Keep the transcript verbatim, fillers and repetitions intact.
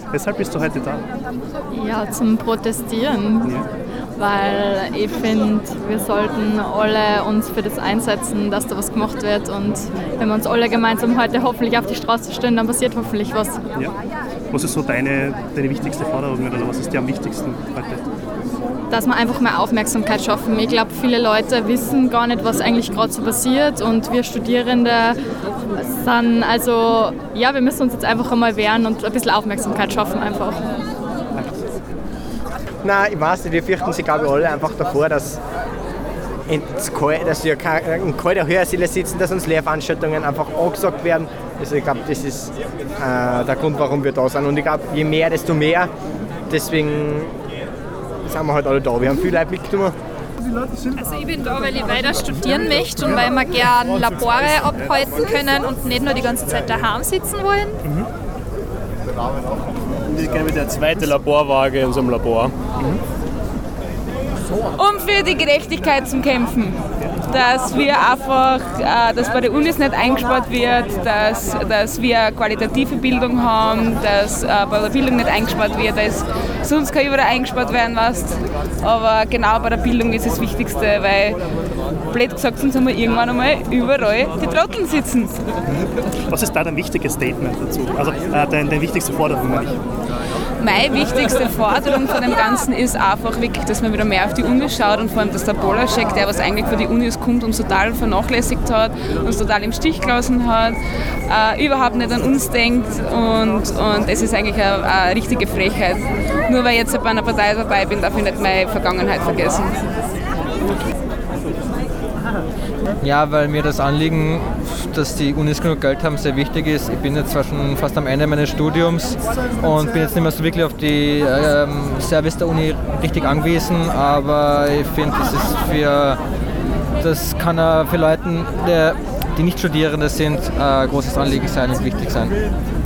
Weshalb bist du heute da? Ja, zum Protestieren. Ja. Weil ich finde, wir sollten alle uns für das einsetzen, dass da was gemacht wird. Und wenn wir uns alle gemeinsam heute hoffentlich auf die Straße stellen, dann passiert hoffentlich was. Ja. Was ist so deine, deine wichtigste Forderung oder was ist dir am wichtigsten heute? Dass wir einfach mehr Aufmerksamkeit schaffen. Ich glaube, viele Leute wissen gar nicht, was eigentlich gerade so passiert. Und wir Studierende sind, also, ja, wir müssen uns jetzt einfach einmal wehren und ein bisschen Aufmerksamkeit schaffen einfach. Nein, ich weiß nicht, wir fürchten sich, glaube ich, alle einfach davor, dass, dass wir in kalter Hörsäle sitzen, dass uns Lehrveranstaltungen einfach angesagt werden. Also ich glaube, das ist äh, der Grund, warum wir da sind. Und ich glaube, je mehr, desto mehr. Deswegen sind wir halt alle da. Wir haben viele Leute mitgenommen. Also ich bin da, weil ich weiter studieren möchte und weil wir gerne Labore abhalten können und nicht nur die ganze Zeit daheim sitzen wollen. Mhm. Ich gehe mit der zweiten Laborwaage in so einem Labor. Mhm. Um für die Gerechtigkeit zu kämpfen. Dass wir einfach, äh, dass bei den Unis nicht eingespart wird, dass, dass wir qualitative Bildung haben, dass äh, bei der Bildung nicht eingespart wird, dass sonst kann überall eingespart werden, weißt. Aber genau bei der Bildung ist das Wichtigste, weil blöd gesagt, sonst haben wir irgendwann einmal überall die Trotteln sitzen. Was ist da dein wichtiges Statement dazu? Also äh, deine, deine wichtigste Forderung nämlich? Meine wichtigste Forderung von dem Ganzen ist einfach wirklich, dass man wieder mehr auf die Unis schaut und vor allem, dass der Polaschek, der was eigentlich für die Unis kommt, uns total vernachlässigt hat, uns total im Stich gelassen hat, äh, überhaupt nicht an uns denkt und, und es ist eigentlich eine, eine richtige Frechheit. Nur weil ich jetzt bei einer Partei dabei bin, darf ich nicht meine Vergangenheit vergessen. Ja, weil mir das Anliegen, dass die Unis genug Geld haben, sehr wichtig ist. Ich bin jetzt zwar schon fast am Ende meines Studiums und bin jetzt nicht mehr so wirklich auf die ähm, Service der Uni richtig angewiesen, aber ich finde, das ist für, das kann äh, für Leute, die nicht Studierende sind, ein großes Anliegen sein und wichtig sein.